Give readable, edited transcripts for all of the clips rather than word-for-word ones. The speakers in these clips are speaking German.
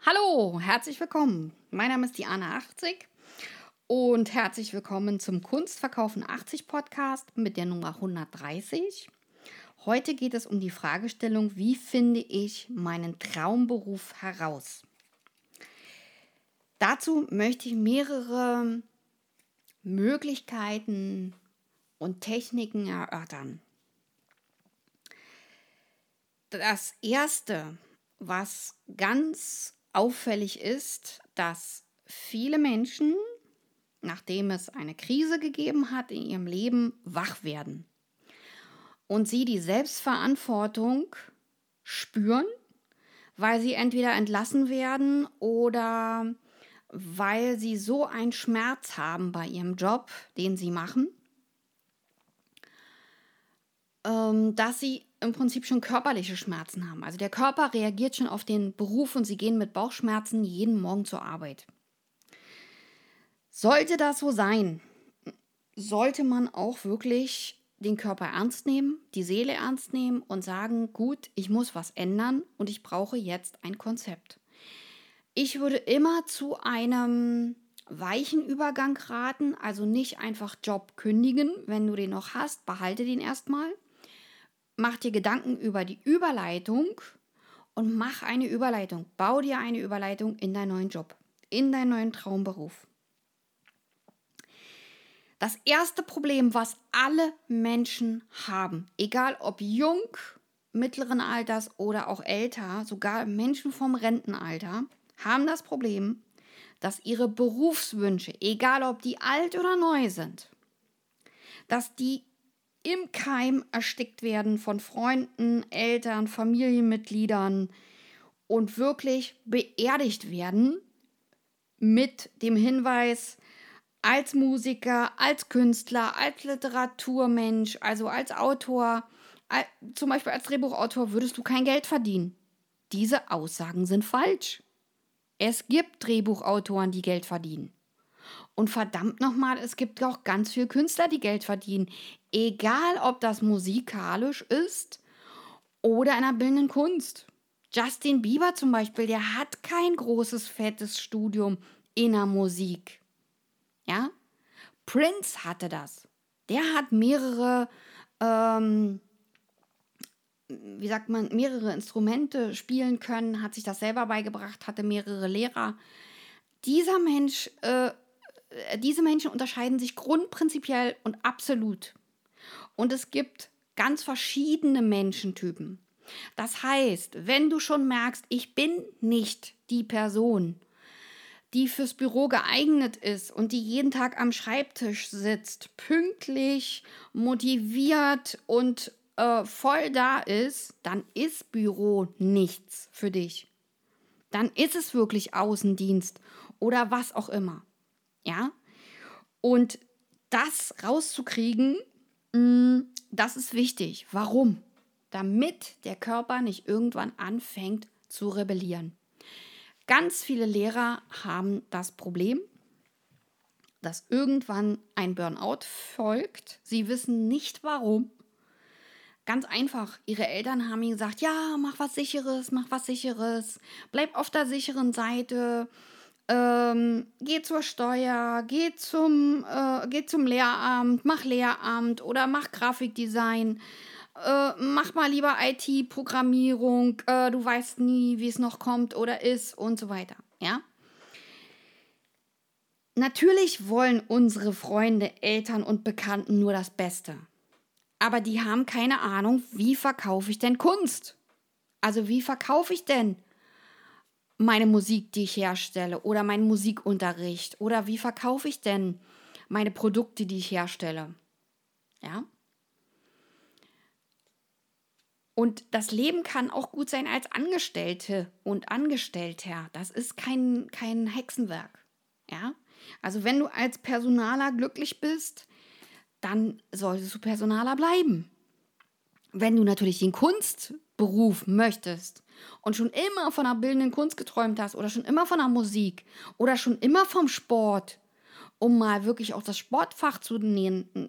Hallo, herzlich willkommen. Mein Name ist Diana 80 und herzlich willkommen zum Kunstverkaufen 80 Podcast mit der Nummer 130. Heute geht es um die Fragestellung, wie finde ich meinen Traumberuf heraus? Dazu möchte ich mehrere Möglichkeiten und Techniken erörtern. Das erste, was ganz auffällig ist, dass viele Menschen, nachdem es eine Krise gegeben hat in ihrem Leben, wach werden und sie die Selbstverantwortung spüren, weil sie entweder entlassen werden oder weil sie so einen Schmerz haben bei ihrem Job, den sie machen, dass sie im Prinzip schon körperliche Schmerzen haben. Also der Körper reagiert schon auf den Beruf und sie gehen mit Bauchschmerzen jeden Morgen zur Arbeit. Sollte das so sein, sollte man auch wirklich den Körper ernst nehmen, die Seele ernst nehmen und sagen, gut, ich muss was ändern und ich brauche jetzt ein Konzept. Ich würde immer zu einem weichen Übergang raten, also nicht einfach Job kündigen, wenn du den noch hast, behalte den erstmal. Mach dir Gedanken über die Überleitung und mach eine Überleitung. Bau dir eine Überleitung in deinen neuen Job, in deinen neuen Traumberuf. Das erste Problem, was alle Menschen haben, egal ob jung, mittleren Alters oder auch älter, sogar Menschen vom Rentenalter, haben das Problem, dass ihre Berufswünsche, egal ob die alt oder neu sind, dass die im Keim erstickt werden von Freunden, Eltern, Familienmitgliedern und wirklich beerdigt werden mit dem Hinweis, als Musiker, als Künstler, als Literaturmensch, also als Autor, zum Beispiel als Drehbuchautor würdest du kein Geld verdienen. Diese Aussagen sind falsch. Es gibt Drehbuchautoren, die Geld verdienen. Und verdammt nochmal, es gibt auch ganz viele Künstler, die Geld verdienen. Egal, ob das musikalisch ist oder in der bildenden Kunst. Justin Bieber zum Beispiel, der hat kein großes, fettes Studium in der Musik. Ja? Prince hatte das. Der hat mehrere, mehrere Instrumente spielen können, hat sich das selber beigebracht, hatte mehrere Lehrer. Diese Menschen unterscheiden sich grundprinzipiell und absolut. Und es gibt ganz verschiedene Menschentypen. Das heißt, wenn du schon merkst, ich bin nicht die Person, die fürs Büro geeignet ist und die jeden Tag am Schreibtisch sitzt, pünktlich, motiviert und voll da ist, dann ist Büro nichts für dich. Dann ist es wirklich Außendienst oder was auch immer. Ja? Und das rauszukriegen, das ist wichtig. Warum? Damit der Körper nicht irgendwann anfängt zu rebellieren. Ganz viele Lehrer haben das Problem, dass irgendwann ein Burnout folgt. Sie wissen nicht warum. Ganz einfach, ihre Eltern haben ihnen gesagt, ja, mach was Sicheres, bleib auf der sicheren Seite, geh zur Steuer, geh zum Lehramt, mach Lehramt oder mach Grafikdesign, mach mal lieber IT-Programmierung, du weißt nie, wie es noch kommt oder ist und so weiter, ja? Natürlich wollen unsere Freunde, Eltern und Bekannten nur das Beste. Aber die haben keine Ahnung, wie verkaufe ich denn Kunst? Also wie verkaufe ich denn meine Musik, die ich herstelle oder meinen Musikunterricht? Oder wie verkaufe ich denn meine Produkte, die ich herstelle? Ja? Und das Leben kann auch gut sein als Angestellte und Angestellter. Das ist kein Hexenwerk. Ja? Also wenn du als Personaler glücklich bist, dann solltest du Personaler bleiben. Wenn du natürlich den Kunstberuf möchtest und schon immer von der bildenden Kunst geträumt hast oder schon immer von der Musik oder schon immer vom Sport, um mal wirklich auch das Sportfach zu nennen,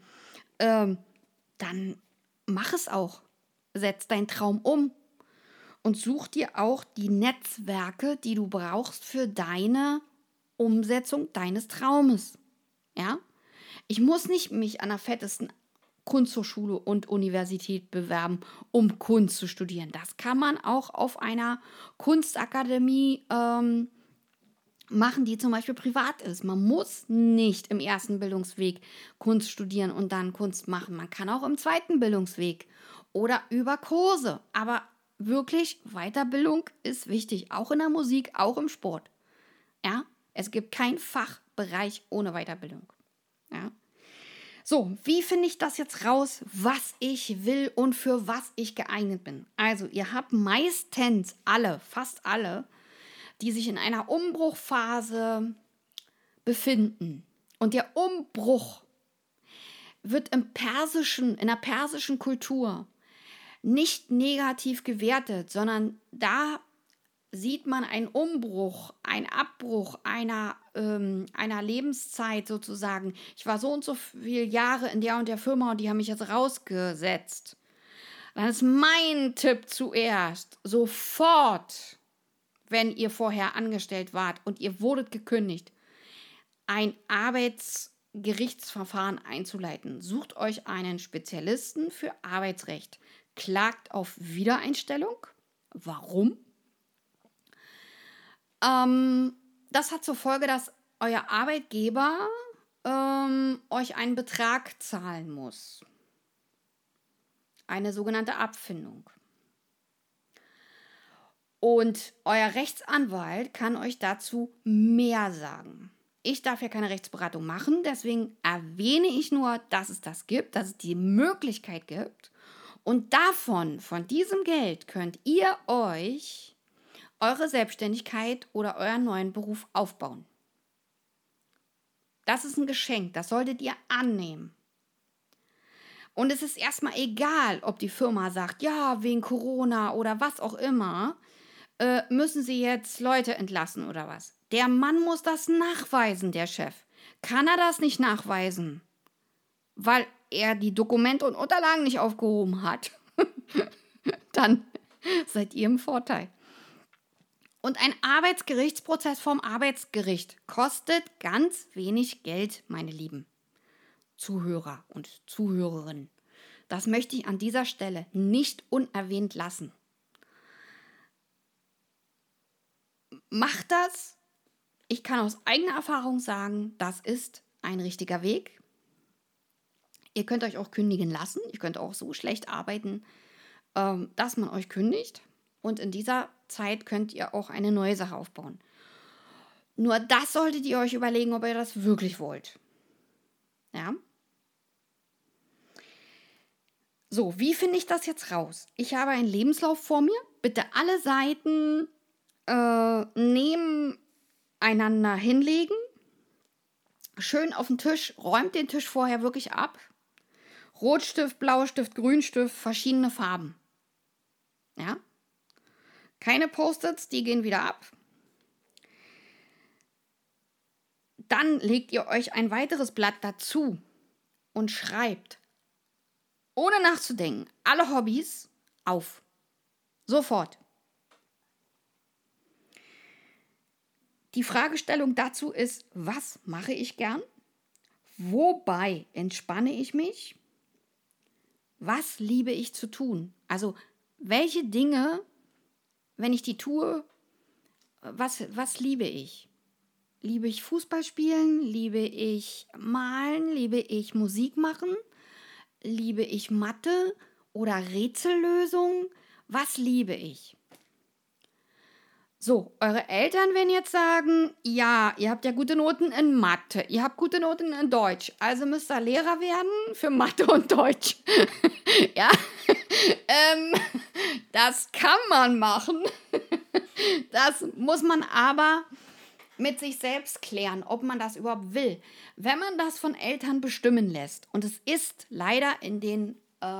dann mach es auch. Setz deinen Traum um und such dir auch die Netzwerke, die du brauchst für deine Umsetzung deines Traumes. Ja? Ich muss nicht mich an der fettesten Kunsthochschule und Universität bewerben, um Kunst zu studieren. Das kann man auch auf einer Kunstakademie machen, die zum Beispiel privat ist. Man muss nicht im ersten Bildungsweg Kunst studieren und dann Kunst machen. Man kann auch im zweiten Bildungsweg oder über Kurse. Aber wirklich, Weiterbildung ist wichtig, auch in der Musik, auch im Sport. Ja, es gibt keinen Fachbereich ohne Weiterbildung. Ja. So, wie finde ich das jetzt raus, was ich will und für was ich geeignet bin? Also, ihr habt meistens fast alle, die sich in einer Umbruchphase befinden. Und der Umbruch wird in der persischen Kultur nicht negativ gewertet, sondern da sieht man einen Umbruch, einen Abbruch einer Lebenszeit sozusagen. Ich war so und so viele Jahre in der und der Firma und die haben mich jetzt rausgesetzt. Dann ist mein Tipp zuerst, sofort, wenn ihr vorher angestellt wart und ihr wurdet gekündigt, ein Arbeitsgerichtsverfahren einzuleiten. Sucht euch einen Spezialisten für Arbeitsrecht. Klagt auf Wiedereinstellung. Warum? Das hat zur Folge, dass euer Arbeitgeber euch einen Betrag zahlen muss. Eine sogenannte Abfindung. Und euer Rechtsanwalt kann euch dazu mehr sagen. Ich darf ja keine Rechtsberatung machen, deswegen erwähne ich nur, dass es das gibt, dass es die Möglichkeit gibt. Und von diesem Geld könnt ihr euch eure Selbstständigkeit oder euren neuen Beruf aufbauen. Das ist ein Geschenk, das solltet ihr annehmen. Und es ist erstmal egal, ob die Firma sagt, ja, wegen Corona oder was auch immer, müssen sie jetzt Leute entlassen oder was. Der Mann muss das nachweisen, der Chef. Kann er das nicht nachweisen, weil er die Dokumente und Unterlagen nicht aufgehoben hat, dann seid ihr im Vorteil. Und ein Arbeitsgerichtsprozess vom Arbeitsgericht kostet ganz wenig Geld, meine lieben Zuhörer und Zuhörerinnen. Das möchte ich an dieser Stelle nicht unerwähnt lassen. Macht das. Ich kann aus eigener Erfahrung sagen, das ist ein richtiger Weg. Ihr könnt euch auch kündigen lassen. Ihr könnt auch so schlecht arbeiten, dass man euch kündigt. Und in dieser Zeit könnt ihr auch eine neue Sache aufbauen. Nur das solltet ihr euch überlegen, ob ihr das wirklich wollt. Ja? So, wie finde ich das jetzt raus? Ich habe einen Lebenslauf vor mir. Bitte alle Seiten nebeneinander hinlegen. Schön auf den Tisch. Räumt den Tisch vorher wirklich ab. Rotstift, Blaustift, Grünstift, verschiedene Farben. Ja? Keine Post-its, die gehen wieder ab. Dann legt ihr euch ein weiteres Blatt dazu und schreibt, ohne nachzudenken, alle Hobbys auf. Sofort. Die Fragestellung dazu ist, was mache ich gern? Wobei entspanne ich mich? Was liebe ich zu tun? Also, welche Dinge, wenn ich die tue, was liebe ich? Liebe ich Fußball spielen? Liebe ich malen? Liebe ich Musik machen? Liebe ich Mathe oder Rätsellösung? Was liebe ich? So, eure Eltern werden jetzt sagen, ja, ihr habt ja gute Noten in Mathe, ihr habt gute Noten in Deutsch, also müsst ihr Lehrer werden für Mathe und Deutsch. Ja, das kann man machen. Das muss man aber mit sich selbst klären, ob man das überhaupt will. Wenn man das von Eltern bestimmen lässt, und es ist leider in den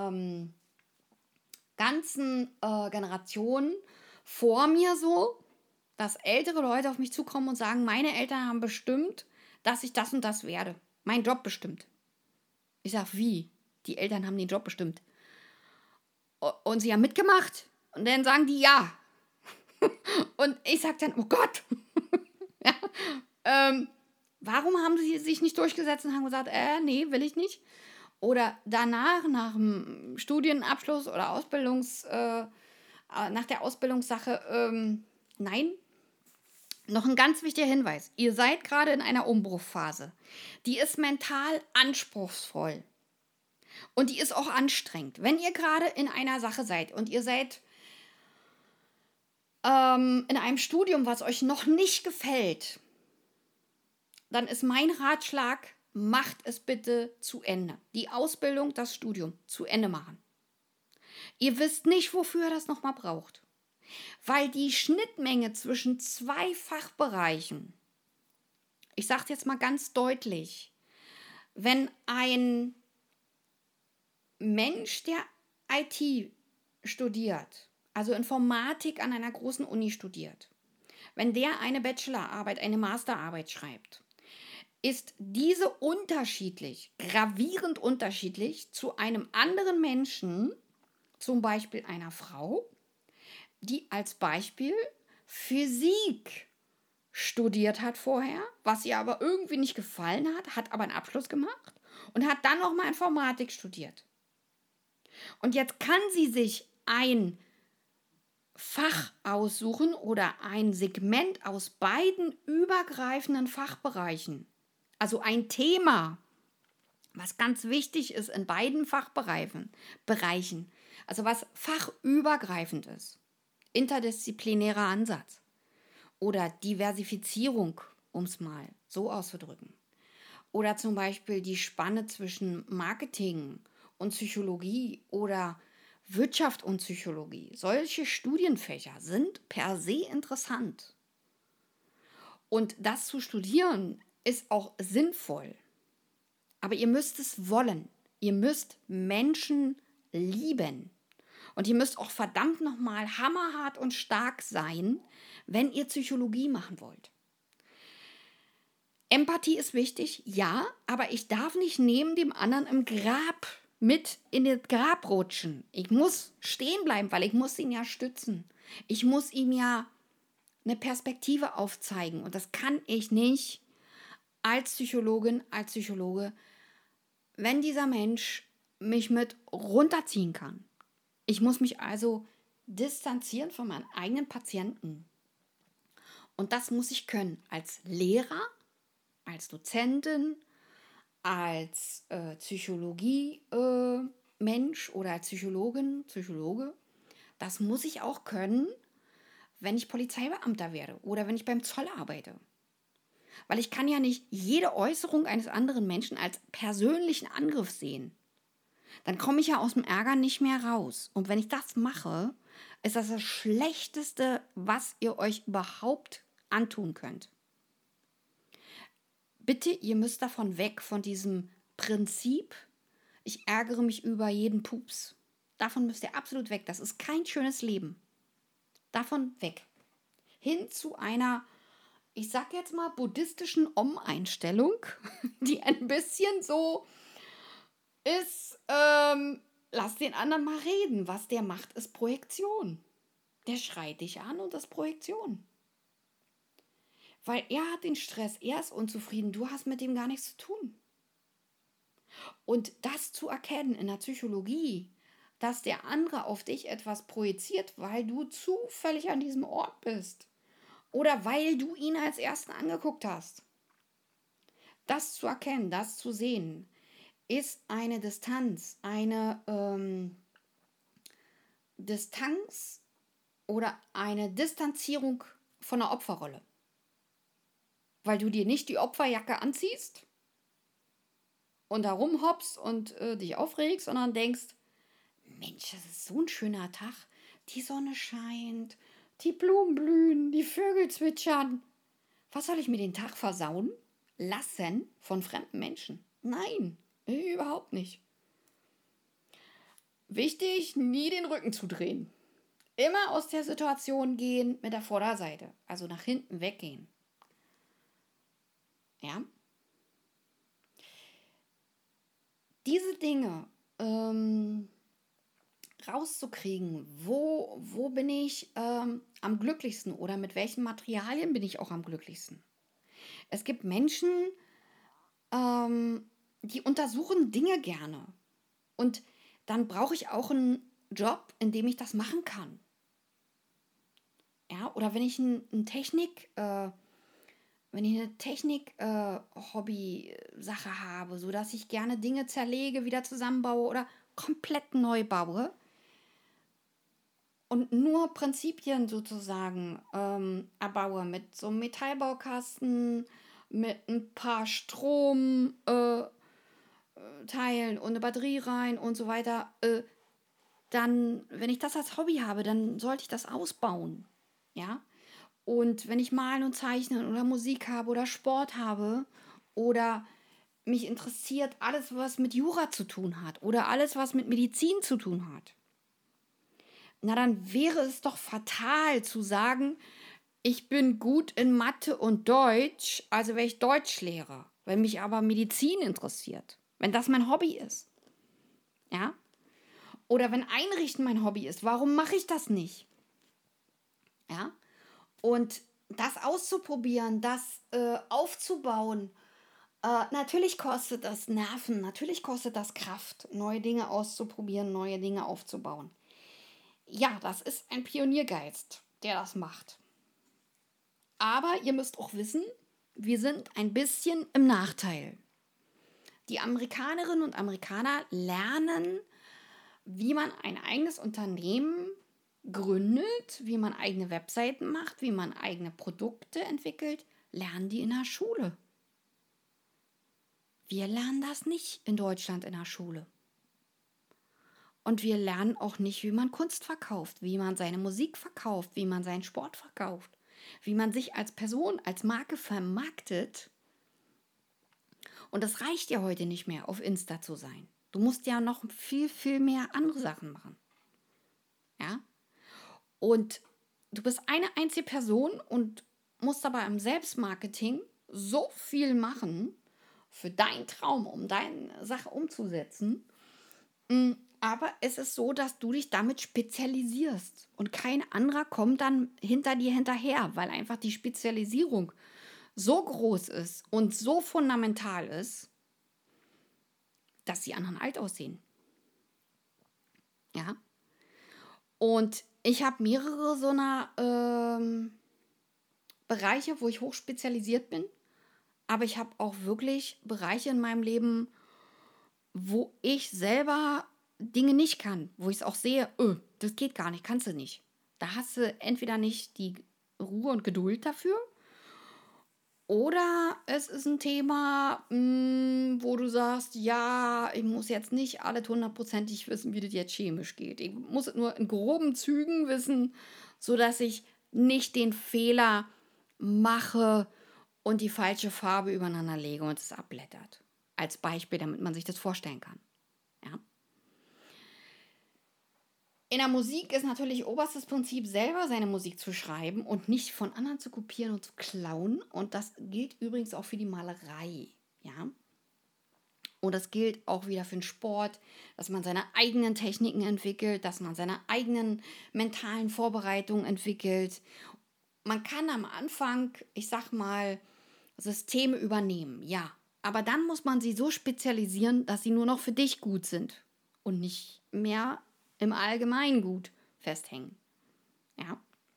ganzen Generationen vor mir so, dass ältere Leute auf mich zukommen und sagen, meine Eltern haben bestimmt, dass ich das und das werde. Mein Job bestimmt. Ich sage, wie? Die Eltern haben den Job bestimmt. Und sie haben mitgemacht? Und dann sagen die ja. Und ich sage dann, oh Gott. Ja, warum haben sie sich nicht durchgesetzt und haben gesagt, nee, will ich nicht? Oder danach, nach dem Studienabschluss oder nach der Ausbildungssache, nein. Noch ein ganz wichtiger Hinweis. Ihr seid gerade in einer Umbruchphase. Die ist mental anspruchsvoll. Und die ist auch anstrengend. Wenn ihr gerade in einer Sache seid und ihr seid in einem Studium, was euch noch nicht gefällt, dann ist mein Ratschlag, macht es bitte zu Ende. Die Ausbildung, das Studium zu Ende machen. Ihr wisst nicht, wofür ihr das nochmal braucht. Weil die Schnittmenge zwischen zwei Fachbereichen, ich sage es jetzt mal ganz deutlich, wenn ein Mensch, der IT studiert, also Informatik an einer großen Uni studiert, wenn der eine Bachelorarbeit, eine Masterarbeit schreibt, ist diese unterschiedlich, gravierend unterschiedlich zu einem anderen Menschen, zum Beispiel einer Frau, die als Beispiel Physik studiert hat vorher, was ihr aber irgendwie nicht gefallen hat, hat aber einen Abschluss gemacht und hat dann nochmal Informatik studiert. Und jetzt kann sie sich ein Fach aussuchen oder ein Segment aus beiden übergreifenden Fachbereichen. Also ein Thema, was ganz wichtig ist in beiden Fachbereichen, also was fachübergreifend ist. Interdisziplinärer Ansatz oder Diversifizierung, um es mal so auszudrücken. Oder zum Beispiel die Spanne zwischen Marketing und Psychologie oder Wirtschaft und Psychologie. Solche Studienfächer sind per se interessant. Und das zu studieren ist auch sinnvoll. Aber ihr müsst es wollen. Ihr müsst Menschen lieben. Und ihr müsst auch verdammt nochmal hammerhart und stark sein, wenn ihr Psychologie machen wollt. Empathie ist wichtig, ja, aber ich darf nicht neben dem anderen im Grab mit in das Grab rutschen. Ich muss stehen bleiben, weil ich muss ihn ja stützen. Ich muss ihm ja eine Perspektive aufzeigen. Und das kann ich nicht als Psychologin, als Psychologe, wenn dieser Mensch mich mit runterziehen kann. Ich muss mich also distanzieren von meinen eigenen Patienten. Und das muss ich können als Lehrer, als Dozentin, als Psychologie-Mensch oder als Psychologin, Psychologe. Das muss ich auch können, wenn ich Polizeibeamter werde oder wenn ich beim Zoll arbeite. Weil ich kann ja nicht jede Äußerung eines anderen Menschen als persönlichen Angriff sehen. Dann komme ich ja aus dem Ärger nicht mehr raus. Und wenn ich das mache, ist das das Schlechteste, was ihr euch überhaupt antun könnt. Bitte, ihr müsst davon weg, von diesem Prinzip, ich ärgere mich über jeden Pups. Davon müsst ihr absolut weg. Das ist kein schönes Leben. Davon weg. Hin zu einer, ich sag jetzt mal, buddhistischen Om-Einstellung, die ein bisschen so ist, lass den anderen mal reden. Was der macht, ist Projektion. Der schreit dich an und das ist Projektion. Weil er hat den Stress, er ist unzufrieden, du hast mit dem gar nichts zu tun. Und das zu erkennen in der Psychologie, dass der andere auf dich etwas projiziert, weil du zufällig an diesem Ort bist oder weil du ihn als Ersten angeguckt hast. Das zu erkennen, das zu sehen, ist eine Distanz, Distanz oder eine Distanzierung von der Opferrolle. Weil du dir nicht die Opferjacke anziehst und da rumhoppst und dich aufregst, sondern denkst, Mensch, das ist so ein schöner Tag. Die Sonne scheint, die Blumen blühen, die Vögel zwitschern. Was soll ich mir den Tag versauen lassen von fremden Menschen? Nein, überhaupt nicht. Wichtig, nie den Rücken zu drehen. Immer aus der Situation gehen mit der Vorderseite, also nach hinten weggehen. Ja? Diese Dinge rauszukriegen, wo bin ich am glücklichsten oder mit welchen Materialien bin ich auch am glücklichsten. Es gibt Menschen, die untersuchen Dinge gerne. Und dann brauche ich auch einen Job, in dem ich das machen kann. Ja, oder wenn ich wenn ich eine Technik-Hobby-Sache habe, sodass ich gerne Dinge zerlege, wieder zusammenbaue oder komplett neu baue und nur Prinzipien sozusagen erbaue mit so einem Metallbaukasten, mit ein paar Stromteilen und eine Batterie rein und so weiter, dann, wenn ich das als Hobby habe, dann sollte ich das ausbauen. Ja? Und wenn ich malen und zeichnen oder Musik habe oder Sport habe oder mich interessiert alles, was mit Jura zu tun hat oder alles, was mit Medizin zu tun hat, na dann wäre es doch fatal zu sagen, ich bin gut in Mathe und Deutsch, also wäre ich Deutschlehrer, wenn mich aber Medizin interessiert, wenn das mein Hobby ist. Ja? Oder wenn Einrichten mein Hobby ist, warum mache ich das nicht? Ja? Und das auszuprobieren, das aufzubauen, natürlich kostet das Nerven, natürlich kostet das Kraft, neue Dinge auszuprobieren, neue Dinge aufzubauen. Ja, das ist ein Pioniergeist, der das macht. Aber ihr müsst auch wissen, wir sind ein bisschen im Nachteil. Die Amerikanerinnen und Amerikaner lernen, wie man ein eigenes Unternehmen gründet, wie man eigene Webseiten macht, wie man eigene Produkte entwickelt, lernen die in der Schule. Wir lernen das nicht in Deutschland in der Schule. Und wir lernen auch nicht, wie man Kunst verkauft, wie man seine Musik verkauft, wie man seinen Sport verkauft, wie man sich als Person, als Marke vermarktet. Und das reicht ja heute nicht mehr, auf Insta zu sein. Du musst ja noch viel, viel mehr andere Sachen machen. Ja? Und du bist eine einzige Person und musst aber im Selbstmarketing so viel machen für deinen Traum, um deine Sache umzusetzen. Aber es ist so, dass du dich damit spezialisierst und kein anderer kommt dann hinter dir hinterher, weil einfach die Spezialisierung so groß ist und so fundamental ist, dass die anderen alt aussehen. Ja. Und ich habe mehrere so einer Bereiche, wo ich hochspezialisiert bin. Aber ich habe auch wirklich Bereiche in meinem Leben, wo ich selber Dinge nicht kann. Wo ich es auch sehe, das geht gar nicht, kannst du nicht. Da hast du entweder nicht die Ruhe und Geduld dafür. Oder es ist ein Thema, wo du sagst, ja, ich muss jetzt nicht alles hundertprozentig wissen, wie das jetzt chemisch geht. Ich muss es nur in groben Zügen wissen, sodass ich nicht den Fehler mache und die falsche Farbe übereinander lege und es abblättert. Als Beispiel, damit man sich das vorstellen kann. Ja. In der Musik ist natürlich oberstes Prinzip, selber seine Musik zu schreiben und nicht von anderen zu kopieren und zu klauen. Und das gilt übrigens auch für die Malerei. Ja? Und das gilt auch wieder für den Sport, dass man seine eigenen Techniken entwickelt, dass man seine eigenen mentalen Vorbereitungen entwickelt. Man kann am Anfang, ich sag mal, Systeme übernehmen, ja. Aber dann muss man sie so spezialisieren, dass sie nur noch für dich gut sind und nicht mehr im Allgemeinen gut festhängen. Ja.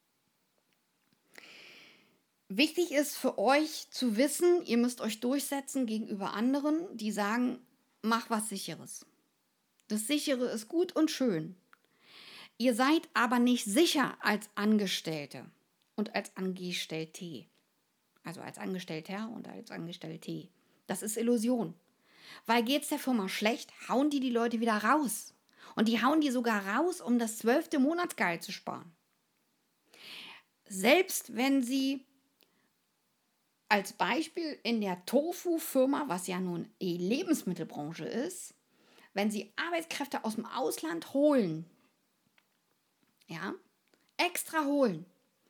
Wichtig ist für euch zu wissen, ihr müsst euch durchsetzen gegenüber anderen, die sagen, mach was Sicheres. Das Sichere ist gut und schön. Ihr seid aber nicht sicher als Angestellte und als Angestellte. Also als Angestellter und als Angestellte. Das ist Illusion. Weil geht es der Firma schlecht, hauen die Leute wieder raus. Und die hauen die sogar raus, um das 12. Monatsgehalt zu sparen. Selbst wenn sie als Beispiel in der Tofu-Firma, was ja nun Lebensmittelbranche ist, wenn sie Arbeitskräfte aus dem Ausland holen, ja, extra holen,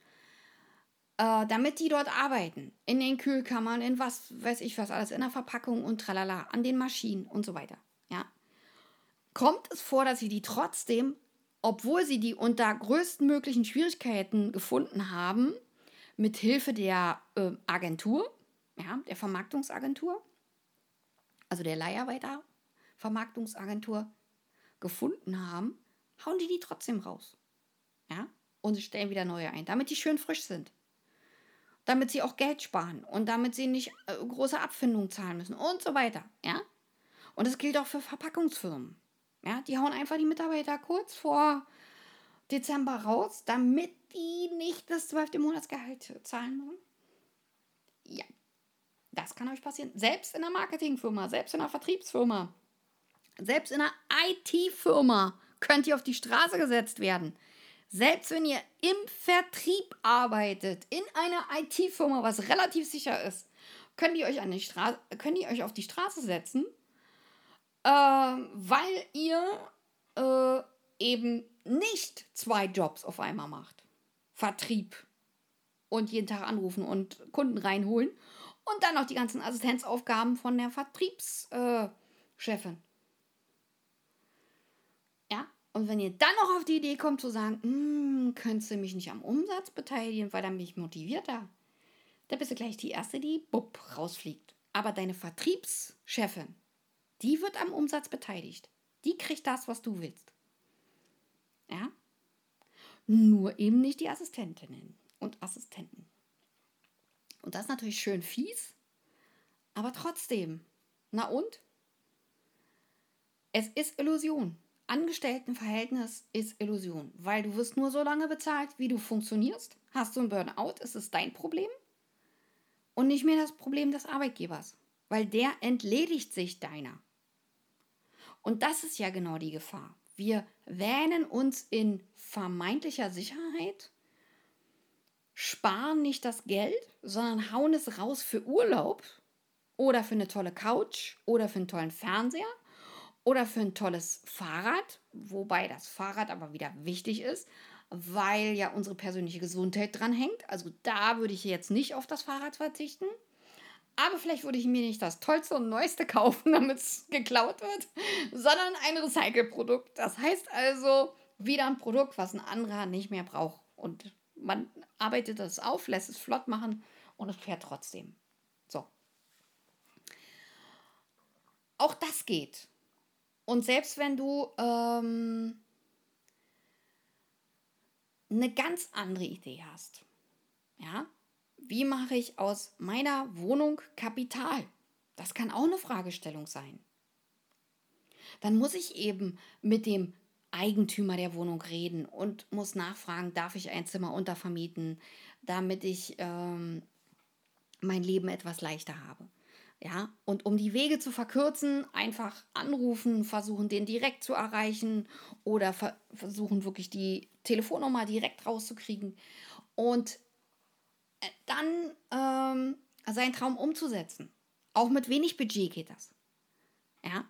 damit die dort arbeiten, in den Kühlkammern, in was weiß ich was alles, in der Verpackung und tralala, an den Maschinen und so weiter, ja, kommt es vor, dass sie die trotzdem obwohl sie die unter größtmöglichen Schwierigkeiten gefunden haben, mit Hilfe der Agentur, ja, der Vermarktungsagentur, also der Leiharbeiter-Vermarktungsagentur gefunden haben, hauen die trotzdem raus. Ja? Und sie stellen wieder neue ein, damit die schön frisch sind. Damit sie auch Geld sparen und damit sie nicht große Abfindungen zahlen müssen und so weiter. Ja? Und das gilt auch für Verpackungsfirmen. Ja? Die hauen einfach die Mitarbeiter kurz vor Dezember raus, damit die nicht das 12. Monatsgehalt zahlen müssen. Ja, das kann euch passieren. Selbst in einer Marketingfirma, selbst in einer Vertriebsfirma, selbst in einer IT-Firma könnt ihr auf die Straße gesetzt werden. Selbst wenn ihr im Vertrieb arbeitet, in einer IT-Firma, was relativ sicher ist, könnt ihr euch auf die Straße setzen, weil ihr eben nicht 2 Jobs auf einmal macht. Vertrieb und jeden Tag anrufen und Kunden reinholen und dann noch die ganzen Assistenzaufgaben von der Vertriebschefin. Ja, und wenn ihr dann noch auf die Idee kommt zu sagen, könntest du mich nicht am Umsatz beteiligen, weil dann bin ich motivierter, dann bist du gleich die Erste, die rausfliegt. Aber deine Vertriebschefin, die wird am Umsatz beteiligt. Die kriegt das, was du willst. Ja? Nur eben nicht die Assistentinnen und Assistenten. Und das ist natürlich schön fies, aber trotzdem. Na und? Es ist Illusion. Angestelltenverhältnis ist Illusion, weil du wirst nur so lange bezahlt, wie du funktionierst. Hast du einen Burnout, ist es dein Problem und nicht mehr das Problem des Arbeitgebers, weil der entledigt sich deiner. Und das ist ja genau die Gefahr. Wir wähnen uns in vermeintlicher Sicherheit, sparen nicht das Geld, sondern hauen es raus für Urlaub oder für eine tolle Couch oder für einen tollen Fernseher oder für ein tolles Fahrrad, wobei das Fahrrad aber wieder wichtig ist, weil ja unsere persönliche Gesundheit dran hängt. Also da würde ich jetzt nicht auf das Fahrrad verzichten. Aber vielleicht würde ich mir nicht das Tollste und Neueste kaufen, damit es geklaut wird, sondern ein Recycle-Produkt. Das heißt also wieder ein Produkt, was ein anderer nicht mehr braucht. Und man arbeitet das auf, lässt es flott machen und es fährt trotzdem. So. Auch das geht. Und selbst wenn du eine ganz andere Idee hast, ja, wie mache ich aus meiner Wohnung Kapital? Das kann auch eine Fragestellung sein. Dann muss ich eben mit dem Eigentümer der Wohnung reden und muss nachfragen, darf ich ein Zimmer untervermieten, damit ich mein Leben etwas leichter habe. Ja, und um die Wege zu verkürzen, einfach anrufen, versuchen, den direkt zu erreichen oder versuchen, wirklich die Telefonnummer direkt rauszukriegen und dann seinen Traum umzusetzen. Auch mit wenig Budget geht das. Ja.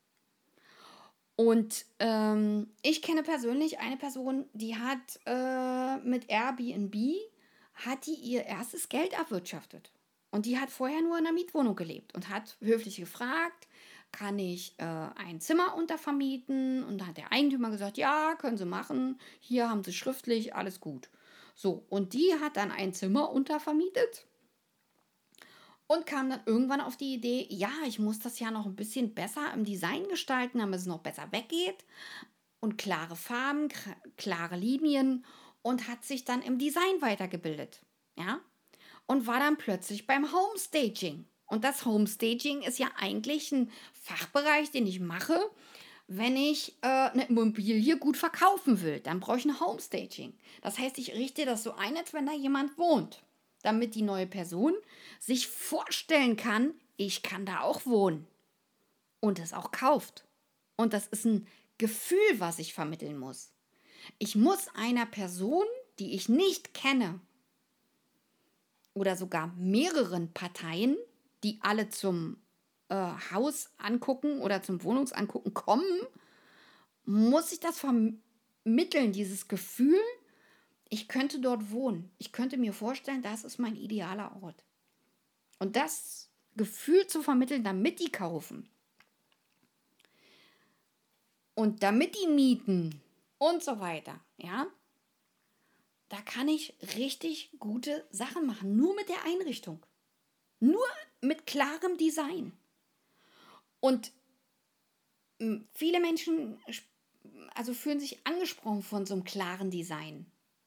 Und ich kenne persönlich eine Person, die hat mit Airbnb ihr erstes Geld erwirtschaftet. Und die hat vorher nur in einer Mietwohnung gelebt und hat höflich gefragt, kann ich ein Zimmer untervermieten? Und da hat der Eigentümer gesagt, ja, können Sie machen. Hier haben Sie schriftlich, alles gut. So, und die hat dann ein Zimmer untervermietet und kam dann irgendwann auf die Idee, ja, ich muss das ja noch ein bisschen besser im Design gestalten, damit es noch besser weggeht. Und klare Farben, klare Linien und hat sich dann im Design weitergebildet. Ja? Und war dann plötzlich beim Homestaging. Und das Homestaging ist ja eigentlich ein Fachbereich, den ich mache, wenn ich eine Immobilie gut verkaufen will. Dann brauche ich ein Homestaging. Das heißt, ich richte das so ein, als wenn da jemand wohnt, damit die neue Person sich vorstellen kann, ich kann da auch wohnen und es auch kauft. Und das ist ein Gefühl, was ich vermitteln muss. Ich muss einer Person, die ich nicht kenne, oder sogar mehreren Parteien, die alle zum Haus angucken oder zum Wohnungsangucken kommen, muss ich das vermitteln, dieses Gefühl, ich könnte dort wohnen. Ich könnte mir vorstellen, das ist mein idealer Ort. Und das Gefühl zu vermitteln, damit die kaufen. Und damit die mieten, und so weiter, ja. Da kann ich richtig gute Sachen machen, nur mit der Einrichtung. Nur mit klarem Design. Und viele Menschen also fühlen sich angesprochen von so einem klaren Design.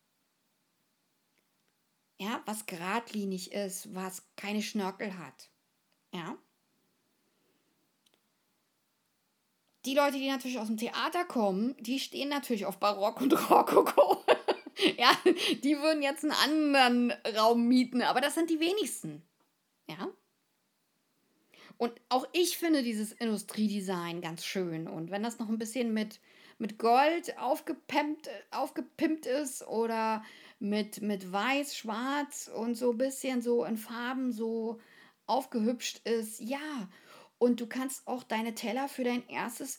Ja, was geradlinig ist, was keine Schnörkel hat. Ja. Die Leute, die natürlich aus dem Theater kommen, die stehen natürlich auf Barock und Rokoko. Ja, die würden jetzt einen anderen Raum mieten, aber das sind die wenigsten. Ja. Und auch ich finde dieses Industriedesign ganz schön. Und wenn das noch ein bisschen mit Gold aufgepimpt ist oder mit Weiß, Schwarz und so ein bisschen so in Farben so aufgehübscht ist, ja. Und du kannst auch deine Teller für dein erstes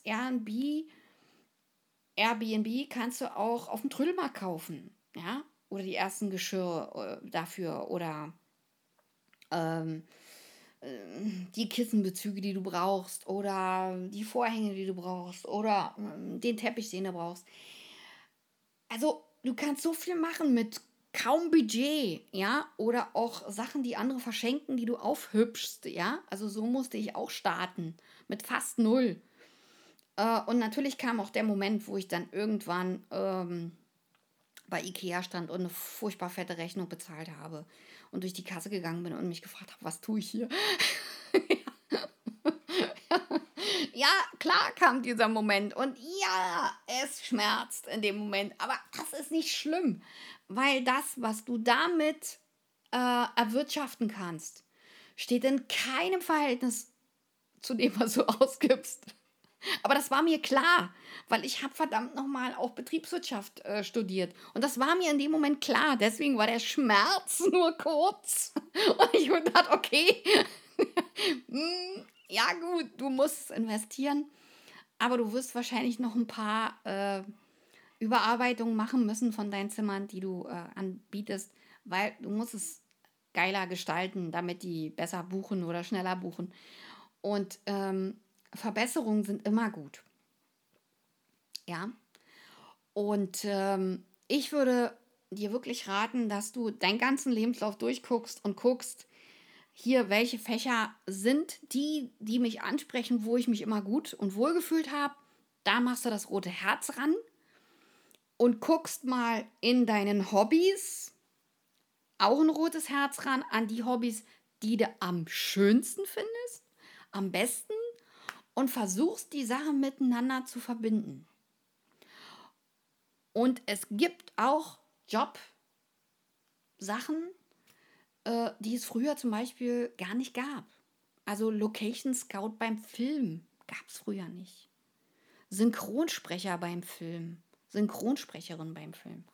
Airbnb kannst du auch auf dem Trödelmarkt kaufen, ja. Oder die ersten Geschirr dafür oder ähm, die Kissenbezüge, die du brauchst oder die Vorhänge, die du brauchst oder den Teppich, den du brauchst. Also du kannst so viel machen mit kaum Budget, ja, oder auch Sachen, die andere verschenken, die du aufhübschst, ja. Also so musste ich auch starten mit fast null. Und natürlich kam auch der Moment, wo ich dann irgendwann bei Ikea stand und eine furchtbar fette Rechnung bezahlt habe und durch die Kasse gegangen bin und mich gefragt habe, was tue ich hier? Ja, klar kam dieser Moment und ja, es schmerzt in dem Moment, aber das ist nicht schlimm, weil das, was du damit erwirtschaften kannst, steht in keinem Verhältnis zu dem, was du ausgibst. Aber das war mir klar, weil ich habe verdammt nochmal auch Betriebswirtschaft studiert. Und das war mir in dem Moment klar. Deswegen war der Schmerz nur kurz. Und ich dachte, okay, ja gut, du musst investieren. Aber du wirst wahrscheinlich noch ein paar Überarbeitungen machen müssen von deinen Zimmern, die du anbietest. Weil du musst es geiler gestalten, damit die besser buchen oder schneller buchen. Und Verbesserungen sind immer gut. Ja. Und ich würde dir wirklich raten, dass du deinen ganzen Lebenslauf durchguckst und guckst, hier, welche Fächer sind die mich ansprechen, wo ich mich immer gut und wohl gefühlt habe. Da machst du das rote Herz ran und guckst mal in deinen Hobbys auch ein rotes Herz ran an die Hobbys, die du am schönsten findest, am besten und versuchst, die Sachen miteinander zu verbinden. Und es gibt auch Jobsachen, die es früher zum Beispiel gar nicht gab. Also Location Scout beim Film gab es früher nicht. Synchronsprecher beim Film, Synchronsprecherin beim Film.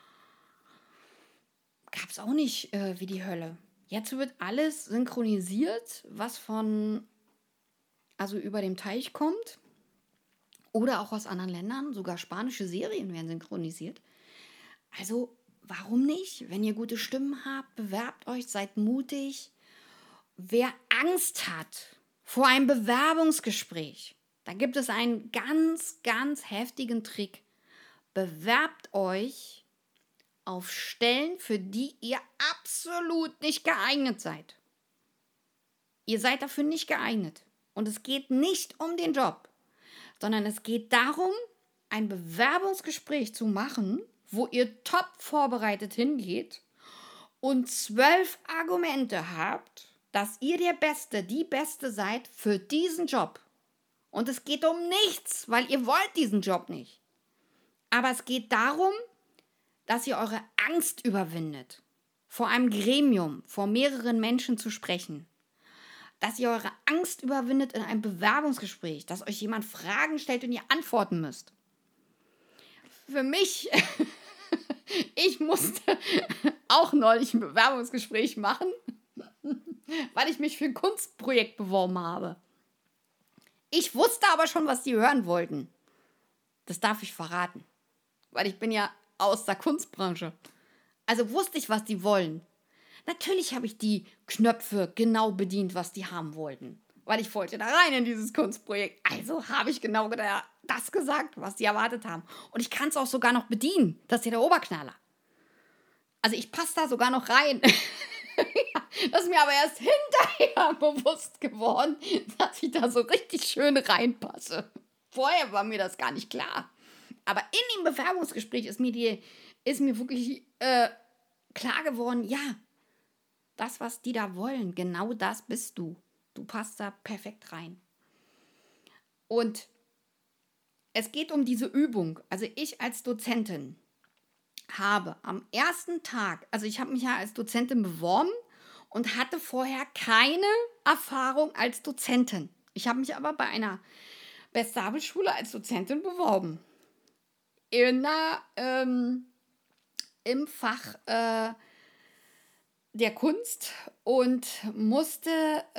Gab es auch nicht wie die Hölle. Jetzt wird alles synchronisiert, was also über dem Teich kommt oder auch aus anderen Ländern. Sogar spanische Serien werden synchronisiert. Also warum nicht? Wenn ihr gute Stimmen habt, bewerbt euch, seid mutig. Wer Angst hat vor einem Bewerbungsgespräch, da gibt es einen ganz, ganz heftigen Trick. Bewerbt euch auf Stellen, für die ihr absolut nicht geeignet seid. Ihr seid dafür nicht geeignet. Und es geht nicht um den Job, sondern es geht darum, ein Bewerbungsgespräch zu machen, wo ihr top vorbereitet hingeht und 12 Argumente habt, dass ihr der Beste, die Beste seid für diesen Job. Und es geht um nichts, weil ihr wollt diesen Job nicht. Aber es geht darum, dass ihr eure Angst überwindet, vor einem Gremium, vor mehreren Menschen zu sprechen. Dass ihr eure Angst überwindet in einem Bewerbungsgespräch, dass euch jemand Fragen stellt und ihr antworten müsst. Für mich, ich musste auch neulich ein Bewerbungsgespräch machen, weil ich mich für ein Kunstprojekt beworben habe. Ich wusste aber schon, was die hören wollten. Das darf ich verraten, weil ich bin ja aus der Kunstbranche. Also wusste ich, was die wollen. Natürlich habe ich die Knöpfe genau bedient, was die haben wollten, weil ich wollte da rein in dieses Kunstprojekt. Also habe ich genau das gesagt, was die erwartet haben. Und ich kann es auch sogar noch bedienen. Das ist ja der Oberknaller. Also ich passe da sogar noch rein. Das ist mir aber erst hinterher bewusst geworden, dass ich da so richtig schön reinpasse. Vorher war mir das gar nicht klar. Aber in dem Bewerbungsgespräch ist mir wirklich klar geworden, ja, das, was die da wollen, genau das bist du. Du passt da perfekt rein. Und es geht um diese Übung. Also ich als Dozentin habe am ersten Tag, also ich habe mich ja als Dozentin beworben und hatte vorher keine Erfahrung als Dozentin. Ich habe mich aber bei einer Best-Sabel-Schule als Dozentin beworben. Im Fach der Kunst und musste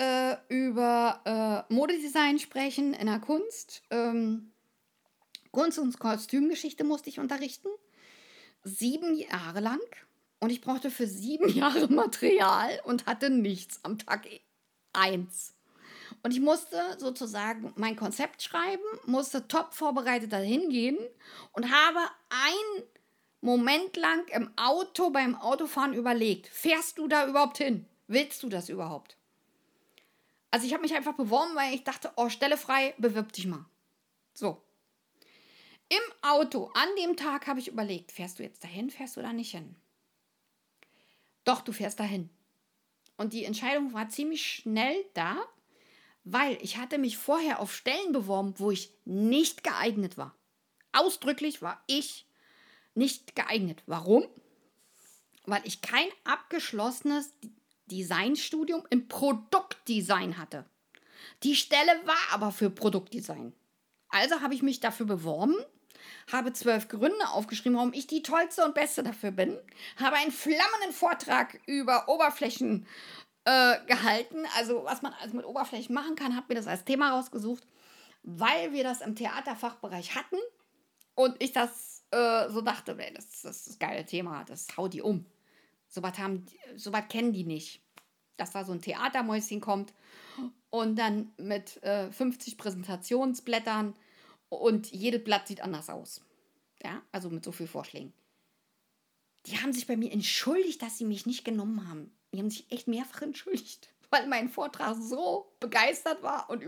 über Modedesign sprechen in der Kunst. Kunst- und Kostümgeschichte musste ich unterrichten. 7 Jahre lang. Und ich brauchte für 7 Jahre Material und hatte nichts am Tag 1. Und ich musste sozusagen mein Konzept schreiben, musste top vorbereitet dahin gehen und habe einen Moment lang beim Autofahren überlegt, fährst du da überhaupt hin? Willst du das überhaupt? Also ich habe mich einfach beworben, weil ich dachte, oh, Stelle frei, bewirb dich mal. So. Im Auto an dem Tag habe ich überlegt, fährst du jetzt dahin, fährst du da nicht hin? Doch, du fährst dahin. Und die Entscheidung war ziemlich schnell da, weil ich hatte mich vorher auf Stellen beworben, wo ich nicht geeignet war. Ausdrücklich war ich nicht geeignet. Warum? Weil ich kein abgeschlossenes Designstudium im Produktdesign hatte. Die Stelle war aber für Produktdesign. Also habe ich mich dafür beworben, habe 12 Gründe aufgeschrieben, warum ich die tollste und beste dafür bin, habe einen flammenden Vortrag über Oberflächen gehalten, also was man alles mit Oberflächen machen kann, habe mir das als Thema rausgesucht, weil wir das im Theaterfachbereich hatten und ich das so dachte, das ist das geile Thema, das haut die um. Sowas kennen die nicht. Dass da so ein Theatermäuschen kommt und dann mit 50 Präsentationsblättern und jedes Blatt sieht anders aus. Ja, also mit so vielen Vorschlägen. Die haben sich bei mir entschuldigt, dass sie mich nicht genommen haben. Die haben sich echt mehrfach entschuldigt, weil mein Vortrag so begeistert war und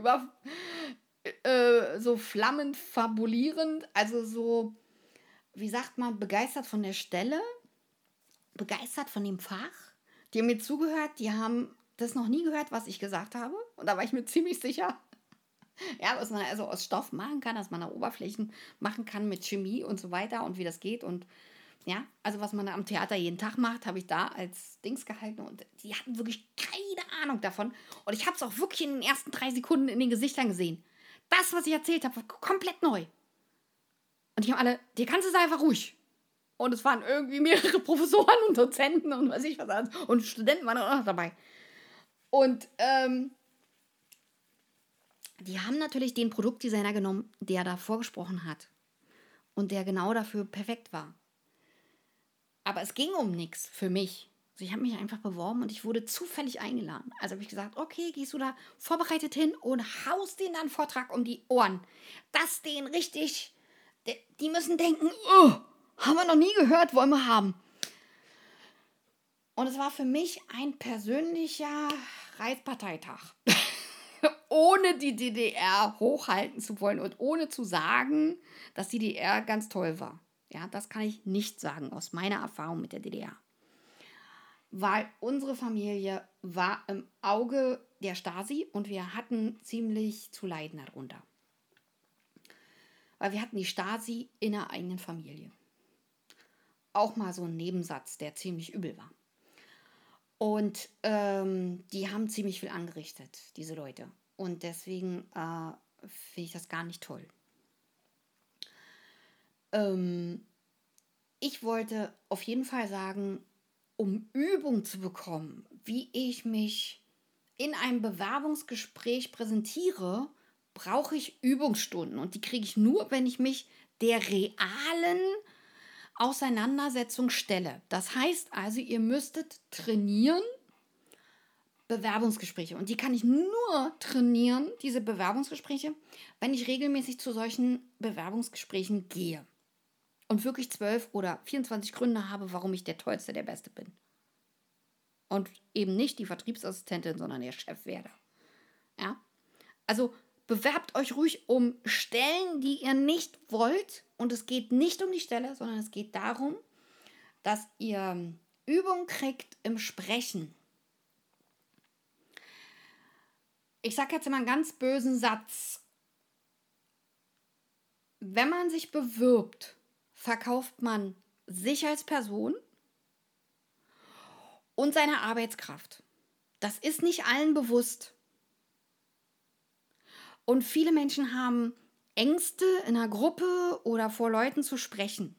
so flammend fabulierend, also so, wie sagt man, begeistert von der Stelle, begeistert von dem Fach. Die haben mir zugehört, die haben das noch nie gehört, was ich gesagt habe. Und da war ich mir ziemlich sicher, ja, was man also aus Stoff machen kann, dass man da Oberflächen machen kann mit Chemie und so weiter und wie das geht. Und ja, also was man da am Theater jeden Tag macht, habe ich da als Dings gehalten. Und die hatten wirklich keine Ahnung davon. Und ich habe es auch wirklich in den ersten 3 Sekunden in den Gesichtern gesehen. Das, was ich erzählt habe, war komplett neu. Und die haben alle, die kannst du einfach ruhig. Und es waren irgendwie mehrere Professoren und Dozenten und weiß ich was alles. Und Studenten waren auch noch dabei. Und die haben natürlich den Produktdesigner genommen, der da vorgesprochen hat. Und der genau dafür perfekt war. Aber es ging um nichts für mich. Also ich habe mich einfach beworben und ich wurde zufällig eingeladen. Also habe ich gesagt, okay, gehst du da vorbereitet hin und haust denen dann Vortrag um die Ohren. Dass denen richtig, die müssen denken, oh, haben wir noch nie gehört, wollen wir haben. Und es war für mich ein persönlicher Reisparteitag. Ohne die DDR hochhalten zu wollen und ohne zu sagen, dass die DDR ganz toll war. Ja, das kann ich nicht sagen aus meiner Erfahrung mit der DDR. Weil unsere Familie war im Auge der Stasi und wir hatten ziemlich zu leiden darunter. Weil wir hatten die Stasi in der eigenen Familie. Auch mal so ein Nebensatz, der ziemlich übel war. Und die haben ziemlich viel angerichtet, diese Leute. Und deswegen finde ich das gar nicht toll. Ich wollte auf jeden Fall sagen, um Übung zu bekommen, wie ich mich in einem Bewerbungsgespräch präsentiere, brauche ich Übungsstunden. Und die kriege ich nur, wenn ich mich der realen Auseinandersetzung stelle. Das heißt also, ihr müsstet trainieren, Bewerbungsgespräche. Und die kann ich nur trainieren, diese Bewerbungsgespräche, wenn ich regelmäßig zu solchen Bewerbungsgesprächen gehe. Und wirklich 12 oder 24 Gründe habe, warum ich der Tollste, der Beste bin. Und eben nicht die Vertriebsassistentin, sondern der Chef werde. Ja? Also bewerbt euch ruhig um Stellen, die ihr nicht wollt. Und es geht nicht um die Stelle, sondern es geht darum, dass ihr Übung kriegt im Sprechen. Ich sage jetzt immer einen ganz bösen Satz. Wenn man sich bewirbt, verkauft man sich als Person und seine Arbeitskraft. Das ist nicht allen bewusst. Und viele Menschen haben Ängste, in einer Gruppe oder vor Leuten zu sprechen.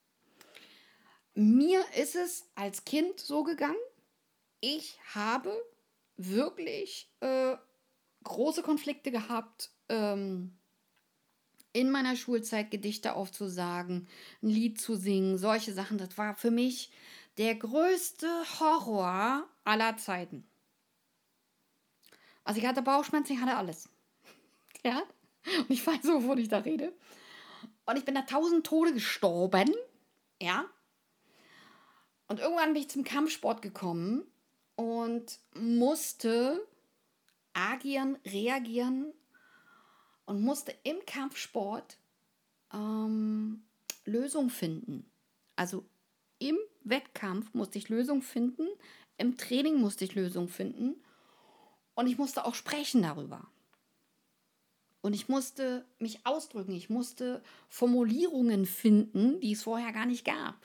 Mir ist es als Kind so gegangen. Ich habe wirklich große Konflikte gehabt, in meiner Schulzeit Gedichte aufzusagen, ein Lied zu singen, solche Sachen. Das war für mich der größte Horror aller Zeiten. Also ich hatte Bauchschmerzen, ich hatte alles. Ja? Und ich weiß, wovon ich da rede. Und ich bin da 1000 Tode gestorben. Ja? Und irgendwann bin ich zum Kampfsport gekommen und musste agieren, reagieren und musste im Kampfsport Lösung finden. Also im Wettkampf musste ich Lösung finden, im Training musste ich Lösung finden und ich musste auch sprechen darüber. Und ich musste mich ausdrücken, ich musste Formulierungen finden, die es vorher gar nicht gab,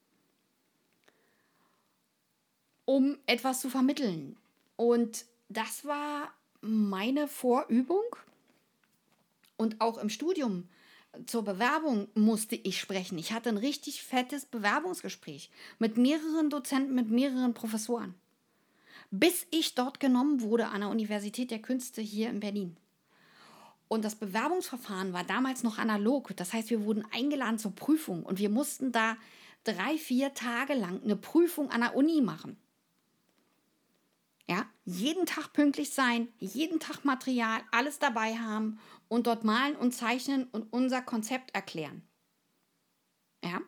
um etwas zu vermitteln. Und das war meine Vorübung. Und auch im Studium zur Bewerbung musste ich sprechen. Ich hatte ein richtig fettes Bewerbungsgespräch mit mehreren Dozenten, mit mehreren Professoren, bis ich dort genommen wurde an der Universität der Künste hier in Berlin. Und das Bewerbungsverfahren war damals noch analog. Das heißt, wir wurden eingeladen zur Prüfung und wir mussten da 3-4 Tage lang eine Prüfung an der Uni machen. Ja, jeden Tag pünktlich sein, jeden Tag Material, alles dabei haben und dort malen und zeichnen und unser Konzept erklären. Ja.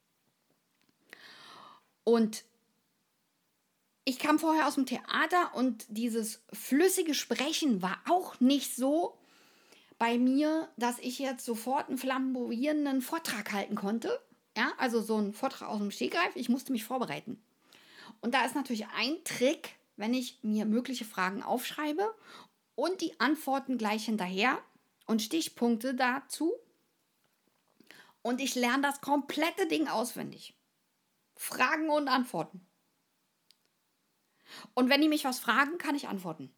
Und ich kam vorher aus dem Theater und dieses flüssige Sprechen war auch nicht so bei mir, dass ich jetzt sofort einen flamboyierenden Vortrag halten konnte. Ja, also so einen Vortrag aus dem Stegreif. Ich musste mich vorbereiten. Und da ist natürlich ein Trick, wenn ich mir mögliche Fragen aufschreibe und die Antworten gleich hinterher und Stichpunkte dazu. Und ich lerne das komplette Ding auswendig. Fragen und Antworten. Und wenn die mich was fragen, kann ich antworten.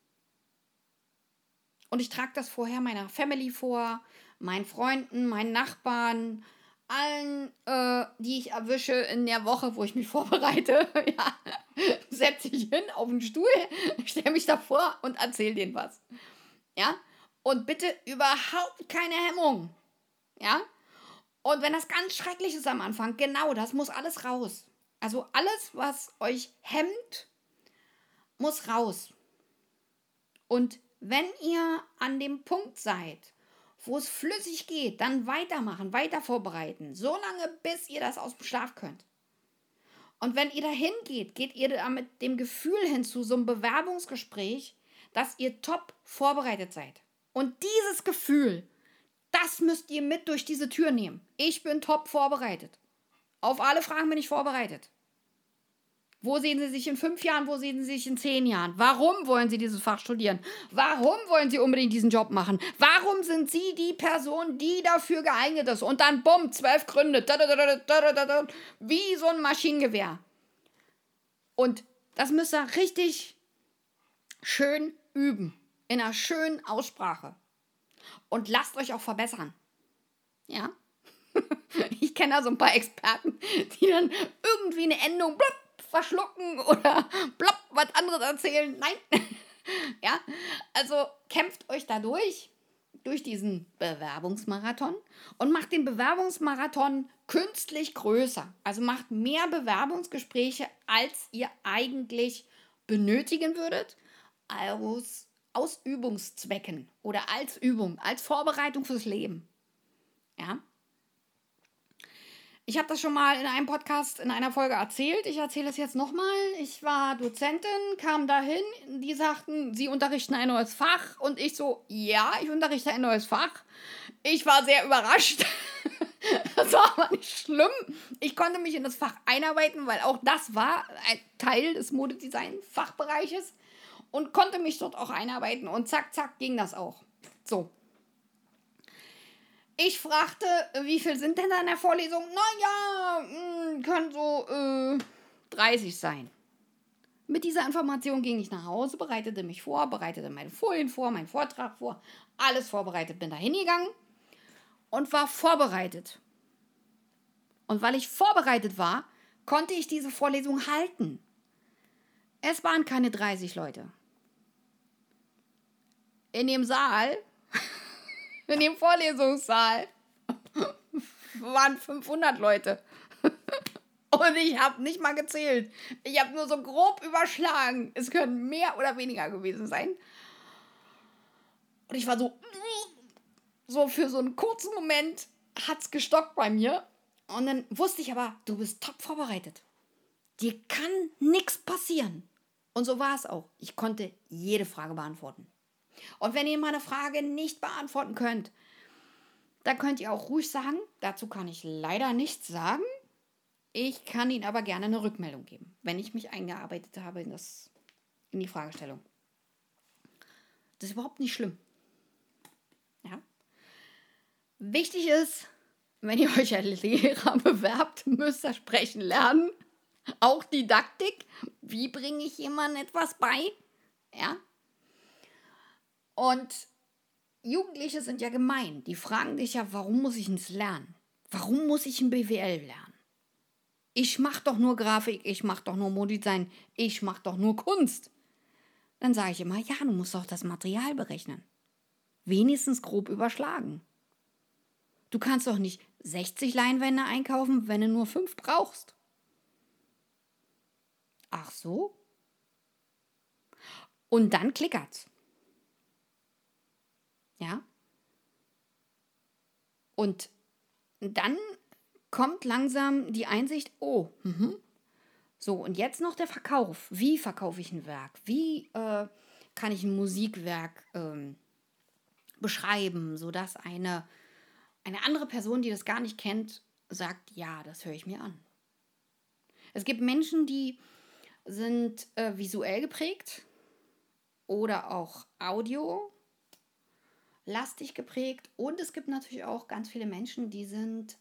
Und ich trage das vorher meiner Family vor, meinen Freunden, meinen Nachbarn, allen, die ich erwische in der Woche, wo ich mich vorbereite. Ja, setze ich hin auf den Stuhl, stelle mich davor und erzähle denen was. Ja, und bitte überhaupt keine Hemmung. Ja, und wenn das ganz schrecklich ist am Anfang, genau, das muss alles raus. Also alles, was euch hemmt, muss raus. Und wenn ihr an dem Punkt seid, wo es flüssig geht, dann weitermachen, weiter vorbereiten, so lange, bis ihr das aus dem Schlaf könnt. Und wenn ihr dahin geht, geht ihr da mit dem Gefühl hin zu so einem Bewerbungsgespräch, dass ihr top vorbereitet seid. Und dieses Gefühl, das müsst ihr mit durch diese Tür nehmen. Ich bin top vorbereitet. Auf alle Fragen bin ich vorbereitet. Wo sehen Sie sich in 5 Jahren? Wo sehen Sie sich in 10 Jahren? Warum wollen Sie dieses Fach studieren? Warum wollen Sie unbedingt diesen Job machen? Warum sind Sie die Person, die dafür geeignet ist? Und dann, bumm, 12 Gründe. Wie so ein Maschinengewehr. Und das müsst ihr richtig schön üben. In einer schönen Aussprache. Und lasst euch auch verbessern. Ja? Ich kenne da so ein paar Experten, die dann irgendwie eine Endung verschlucken oder plopp was anderes erzählen. Nein. Ja, also kämpft euch da durch diesen Bewerbungsmarathon und macht den Bewerbungsmarathon künstlich größer. Also macht mehr Bewerbungsgespräche, als ihr eigentlich benötigen würdet, aus Übungszwecken oder als Übung, als Vorbereitung fürs Leben. Ja? Ich habe das schon mal in einem Podcast, in einer Folge erzählt. Ich erzähle es jetzt nochmal. Ich war Dozentin, kam dahin. Die sagten, sie unterrichten ein neues Fach. Und ich so, ja, ich unterrichte ein neues Fach. Ich war sehr überrascht. Das war aber nicht schlimm. Ich konnte mich in das Fach einarbeiten, weil auch das war ein Teil des Modedesign-Fachbereiches. Und konnte mich dort auch einarbeiten. Und zack, zack, ging das auch. So. Ich fragte, wie viel sind denn da in der Vorlesung? Naja, können so 30 sein. Mit dieser Information ging ich nach Hause, bereitete mich vor, bereitete meine Folien vor, meinen Vortrag vor, alles vorbereitet, bin da hingegangen und war vorbereitet. Und weil ich vorbereitet war, konnte ich diese Vorlesung halten. Es waren keine 30 Leute. In dem Saal, in dem Vorlesungssaal, waren 500 Leute. Und ich habe nicht mal gezählt. Ich habe nur so grob überschlagen. Es können mehr oder weniger gewesen sein. Und ich war so für so einen kurzen Moment hat es gestockt bei mir. Und dann wusste ich aber, du bist top vorbereitet. Dir kann nichts passieren. Und so war es auch. Ich konnte jede Frage beantworten. Und wenn ihr mal eine Frage nicht beantworten könnt, dann könnt ihr auch ruhig sagen, dazu kann ich leider nichts sagen. Ich kann Ihnen aber gerne eine Rückmeldung geben, wenn ich mich eingearbeitet habe in die Fragestellung. Das ist überhaupt nicht schlimm. Ja? Wichtig ist, wenn ihr euch als Lehrer bewerbt, müsst ihr sprechen lernen. Auch Didaktik. Wie bringe ich jemandem etwas bei? Ja? Und Jugendliche sind ja gemein. Die fragen dich ja, warum muss ich es lernen? Warum muss ich ein BWL lernen? Ich mache doch nur Grafik, ich mache doch nur Modedesign, ich mache doch nur Kunst. Dann sage ich immer, ja, du musst doch das Material berechnen. Wenigstens grob überschlagen. Du kannst doch nicht 60 Leinwände einkaufen, wenn du nur 5 brauchst. Ach so? Und dann klickert's. Ja? Und dann kommt langsam die Einsicht, so, und jetzt noch der Verkauf. Wie verkaufe ich ein Werk? Wie kann ich ein Musikwerk beschreiben, sodass eine andere Person, die das gar nicht kennt, sagt, ja, das höre ich mir an. Es gibt Menschen, die sind visuell geprägt oder auch audiolastig geprägt. Und es gibt natürlich auch ganz viele Menschen, die sind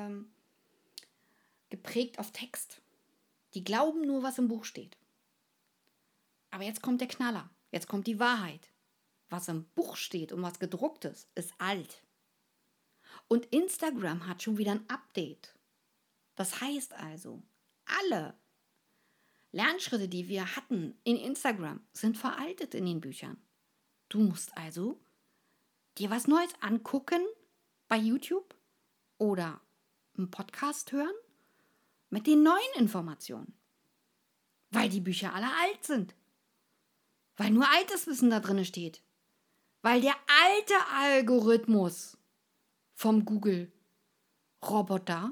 geprägt auf Text. Die glauben nur, was im Buch steht. Aber jetzt kommt der Knaller. Jetzt kommt die Wahrheit. Was im Buch steht und was gedruckt ist alt. Und Instagram hat schon wieder ein Update. Das heißt also, alle Lernschritte, die wir hatten in Instagram, sind veraltet in den Büchern. Du musst also dir was Neues angucken bei YouTube oder einen Podcast hören mit den neuen Informationen. Weil die Bücher alle alt sind. Weil nur altes Wissen da drin steht. Weil der alte Algorithmus vom Google-Roboter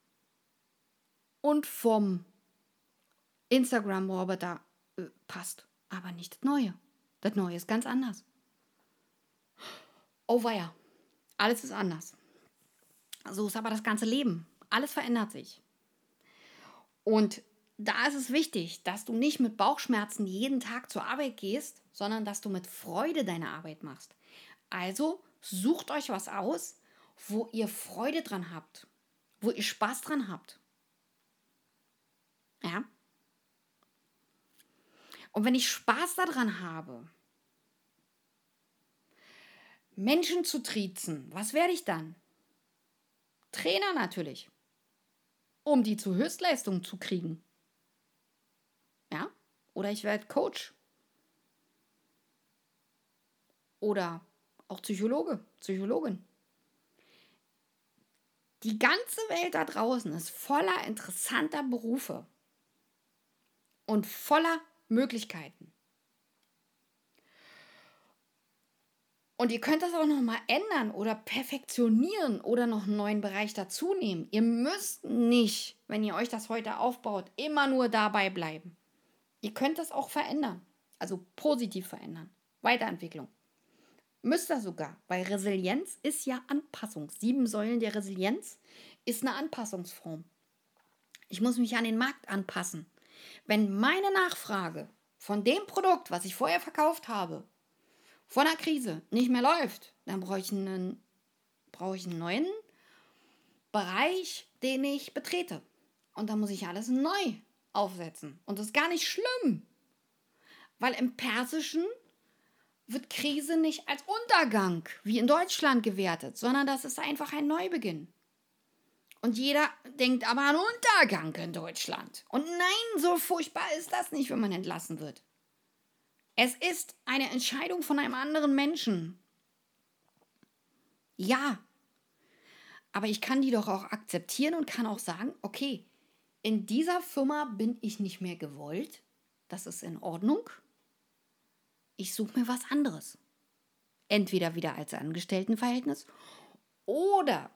und vom Instagram-Roboter passt. Aber nicht das Neue. Das Neue ist ganz anders. Oh weia, alles ist anders. So ist aber das ganze Leben. Alles verändert sich. Und da ist es wichtig, dass du nicht mit Bauchschmerzen jeden Tag zur Arbeit gehst, sondern dass du mit Freude deine Arbeit machst. Also sucht euch was aus, wo ihr Freude dran habt, wo ihr Spaß dran habt. Ja? Und wenn ich Spaß daran habe, Menschen zu triezen, was werde ich dann? Trainer natürlich, um die zu Höchstleistungen zu kriegen. Ja? Oder ich werde Coach. Oder auch Psychologin. Die ganze Welt da draußen ist voller interessanter Berufe und voller Möglichkeiten. Und ihr könnt das auch nochmal ändern oder perfektionieren oder noch einen neuen Bereich dazu nehmen. Ihr müsst nicht, wenn ihr euch das heute aufbaut, immer nur dabei bleiben. Ihr könnt das auch verändern, also positiv verändern. Weiterentwicklung. Müsst ihr sogar, weil Resilienz ist ja Anpassung. 7 Säulen der Resilienz ist eine Anpassungsform. Ich muss mich an den Markt anpassen. Wenn meine Nachfrage von dem Produkt, was ich vorher verkauft habe, vor einer Krise nicht mehr läuft, dann brauche ich einen neuen Bereich, den ich betrete. Und dann muss ich alles neu aufsetzen. Und das ist gar nicht schlimm, weil im Persischen wird Krise nicht als Untergang wie in Deutschland gewertet, sondern das ist einfach ein Neubeginn. Und jeder denkt aber an Untergang in Deutschland. Und nein, so furchtbar ist das nicht, wenn man entlassen wird. Es ist eine Entscheidung von einem anderen Menschen. Ja, aber ich kann die doch auch akzeptieren und kann auch sagen, okay, in dieser Firma bin ich nicht mehr gewollt. Das ist in Ordnung. Ich suche mir was anderes. Entweder wieder als Angestelltenverhältnis oder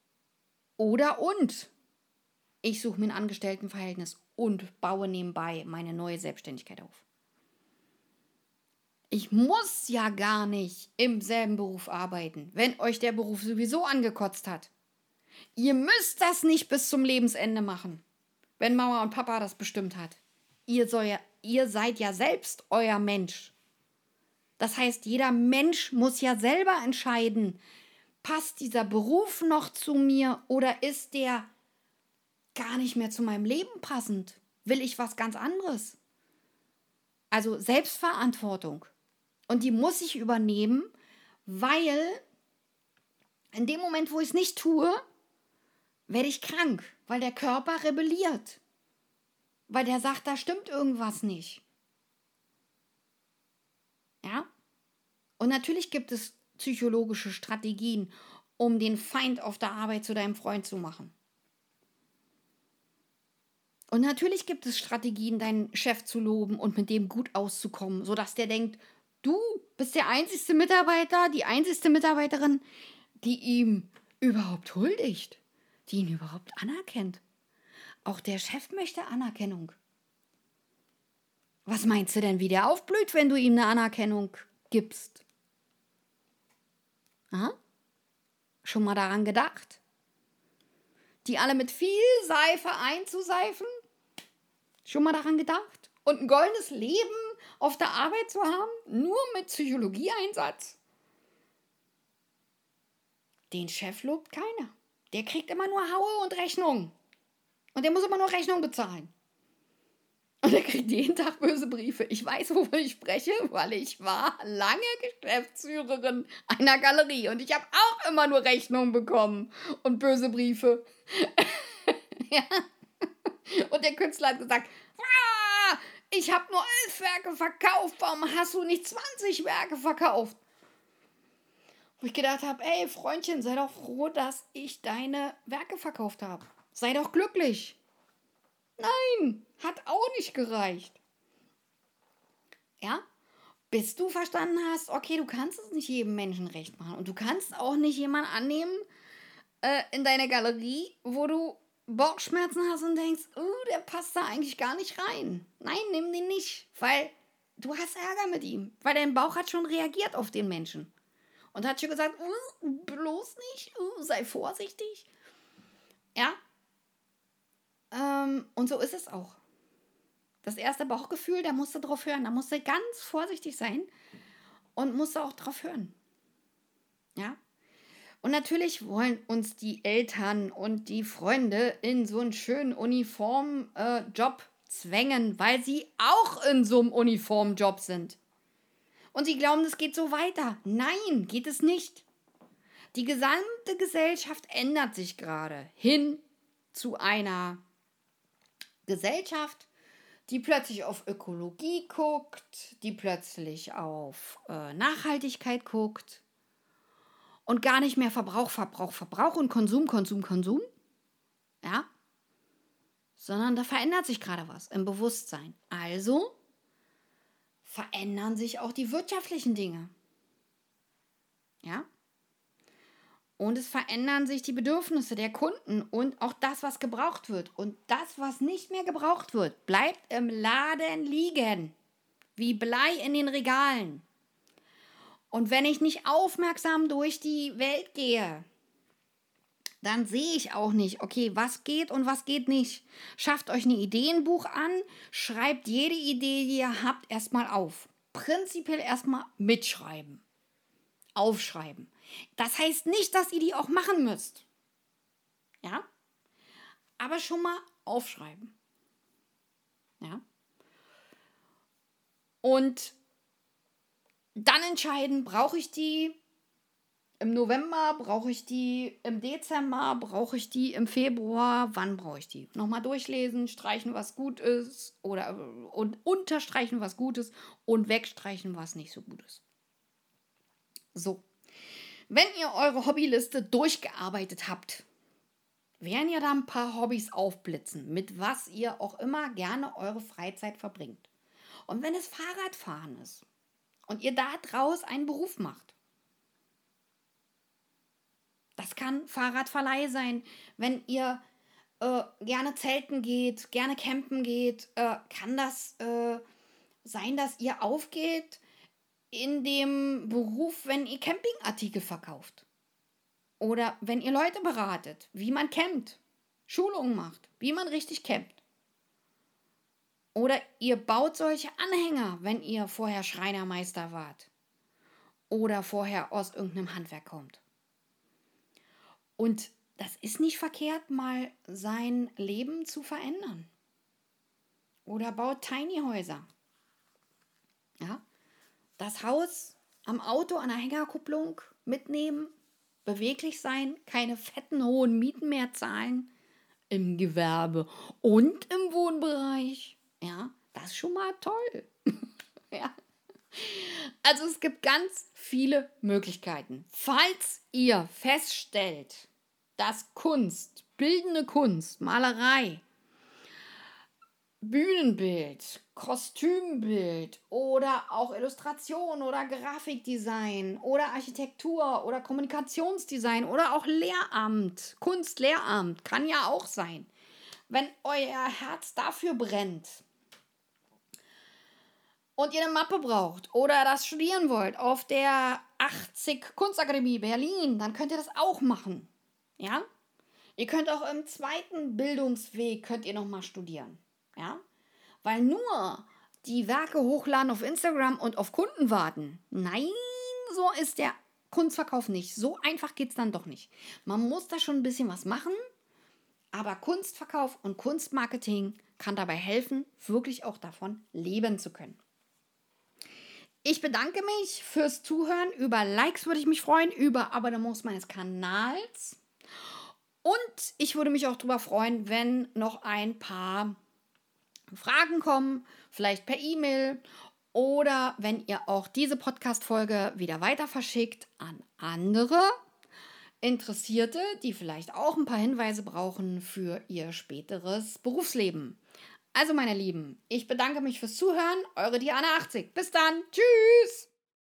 ich suche mir ein Angestelltenverhältnis und baue nebenbei meine neue Selbstständigkeit auf. Ich muss ja gar nicht im selben Beruf arbeiten, wenn euch der Beruf sowieso angekotzt hat. Ihr müsst das nicht bis zum Lebensende machen, wenn Mama und Papa das bestimmt hat. Ihr seid ja selbst euer Mensch. Das heißt, jeder Mensch muss ja selber entscheiden, passt dieser Beruf noch zu mir oder ist der gar nicht mehr zu meinem Leben passend? Will ich was ganz anderes? Also Selbstverantwortung. Und die muss ich übernehmen, weil in dem Moment, wo ich es nicht tue, werde ich krank, weil der Körper rebelliert. Weil der sagt, da stimmt irgendwas nicht. Ja? Und natürlich gibt es psychologische Strategien, um den Feind auf der Arbeit zu deinem Freund zu machen. Und natürlich gibt es Strategien, deinen Chef zu loben und mit dem gut auszukommen, sodass der denkt, du bist der einzigste Mitarbeiter, die einzigste Mitarbeiterin, die ihm überhaupt huldigt, die ihn überhaupt anerkennt. Auch der Chef möchte Anerkennung. Was meinst du denn, wie der aufblüht, wenn du ihm eine Anerkennung gibst? Aha? Schon mal daran gedacht? Die alle mit viel Seife einzuseifen? Schon mal daran gedacht? Und ein goldenes Leben auf der Arbeit zu haben? Nur mit Psychologieeinsatz? Den Chef lobt keiner. Der kriegt immer nur Haue und Rechnung. Und der muss immer nur Rechnung bezahlen. Und er kriegt jeden Tag böse Briefe. Ich weiß, wovon ich spreche, weil ich war lange Geschäftsführerin einer Galerie. Und ich habe auch immer nur Rechnungen bekommen und böse Briefe. Ja. Und der Künstler hat gesagt, ich habe nur 11 Werke verkauft. Warum hast du nicht 20 Werke verkauft? Wo ich gedacht habe, ey Freundchen, sei doch froh, dass ich deine Werke verkauft habe. Sei doch glücklich. Nein, hat auch nicht gereicht. Ja? Bis du verstanden hast, okay, du kannst es nicht jedem Menschen recht machen. Und du kannst auch nicht jemanden annehmen in deine Galerie, wo du Bauchschmerzen hast und denkst, der passt da eigentlich gar nicht rein. Nein, nimm den nicht, weil du hast Ärger mit ihm. Weil dein Bauch hat schon reagiert auf den Menschen. Und hat schon gesagt, bloß nicht, sei vorsichtig. Ja? Und so ist es auch. Das erste Bauchgefühl, da musst du drauf hören. Da musst du ganz vorsichtig sein und musst du auch drauf hören. Ja? Und natürlich wollen uns die Eltern und die Freunde in so einen schönen Uniformjob zwängen, weil sie auch in so einem Uniformjob sind. Und sie glauben, das geht so weiter. Nein, geht es nicht. Die gesamte Gesellschaft ändert sich gerade hin zu einer Gesellschaft, die plötzlich auf Ökologie guckt, die plötzlich auf Nachhaltigkeit guckt und gar nicht mehr Verbrauch und Konsum, ja, sondern da verändert sich gerade was im Bewusstsein. Also verändern sich auch die wirtschaftlichen Dinge. Ja? Und es verändern sich die Bedürfnisse der Kunden und auch das, was gebraucht wird. Und das, was nicht mehr gebraucht wird, bleibt im Laden liegen, wie Blei in den Regalen. Und wenn ich nicht aufmerksam durch die Welt gehe, dann sehe ich auch nicht, okay, was geht und was geht nicht. Schafft euch ein Ideenbuch an, schreibt jede Idee, die ihr habt, erstmal auf. Prinzipiell erstmal mitschreiben, aufschreiben. Das heißt nicht, dass ihr die auch machen müsst. Ja? Aber schon mal aufschreiben. Ja? Und dann entscheiden, brauche ich die im November, brauche ich die im Dezember, brauche ich die im Februar, wann brauche ich die? Nochmal durchlesen, streichen, was gut ist und unterstreichen, was gut ist und wegstreichen, was nicht so gut ist. So. Wenn ihr eure Hobbyliste durchgearbeitet habt, werden ja da ein paar Hobbys aufblitzen, mit was ihr auch immer gerne eure Freizeit verbringt. Und wenn es Fahrradfahren ist und ihr daraus einen Beruf macht, das kann Fahrradverleih sein, wenn ihr gerne zelten geht, gerne campen geht, kann das sein, dass ihr aufgeht in dem Beruf, wenn ihr Campingartikel verkauft. Oder wenn ihr Leute beratet, wie man campt, Schulungen macht, wie man richtig campt. Oder ihr baut solche Anhänger, wenn ihr vorher Schreinermeister wart. Oder vorher aus irgendeinem Handwerk kommt. Und das ist nicht verkehrt, mal sein Leben zu verändern. Oder baut Tiny Häuser. Ja? Das Haus am Auto an der Hängerkupplung mitnehmen, beweglich sein, keine fetten hohen Mieten mehr zahlen im Gewerbe und im Wohnbereich. Ja, das ist schon mal toll. Ja. Also es gibt ganz viele Möglichkeiten. Falls ihr feststellt, dass Kunst, bildende Kunst, Malerei, Bühnenbild, Kostümbild oder auch Illustration oder Grafikdesign oder Architektur oder Kommunikationsdesign oder auch Lehramt, Kunstlehramt kann ja auch sein. Wenn euer Herz dafür brennt und ihr eine Mappe braucht oder das studieren wollt auf der 80 Kunstakademie Berlin, dann könnt ihr das auch machen. Ja? Ihr könnt auch im zweiten Bildungsweg könnt ihr nochmal studieren. Ja? Weil nur die Werke hochladen auf Instagram und auf Kunden warten. Nein, so ist der Kunstverkauf nicht. So einfach geht es dann doch nicht. Man muss da schon ein bisschen was machen, aber Kunstverkauf und Kunstmarketing kann dabei helfen, wirklich auch davon leben zu können. Ich bedanke mich fürs Zuhören. Über Likes würde ich mich freuen, über Abonnements meines Kanals. Und ich würde mich auch darüber freuen, wenn noch ein paar Fragen kommen, vielleicht per E-Mail oder wenn ihr auch diese Podcast-Folge wieder weiter verschickt an andere Interessierte, die vielleicht auch ein paar Hinweise brauchen für ihr späteres Berufsleben. Also meine Lieben, ich bedanke mich fürs Zuhören. Eure Diana 80. Bis dann. Tschüss.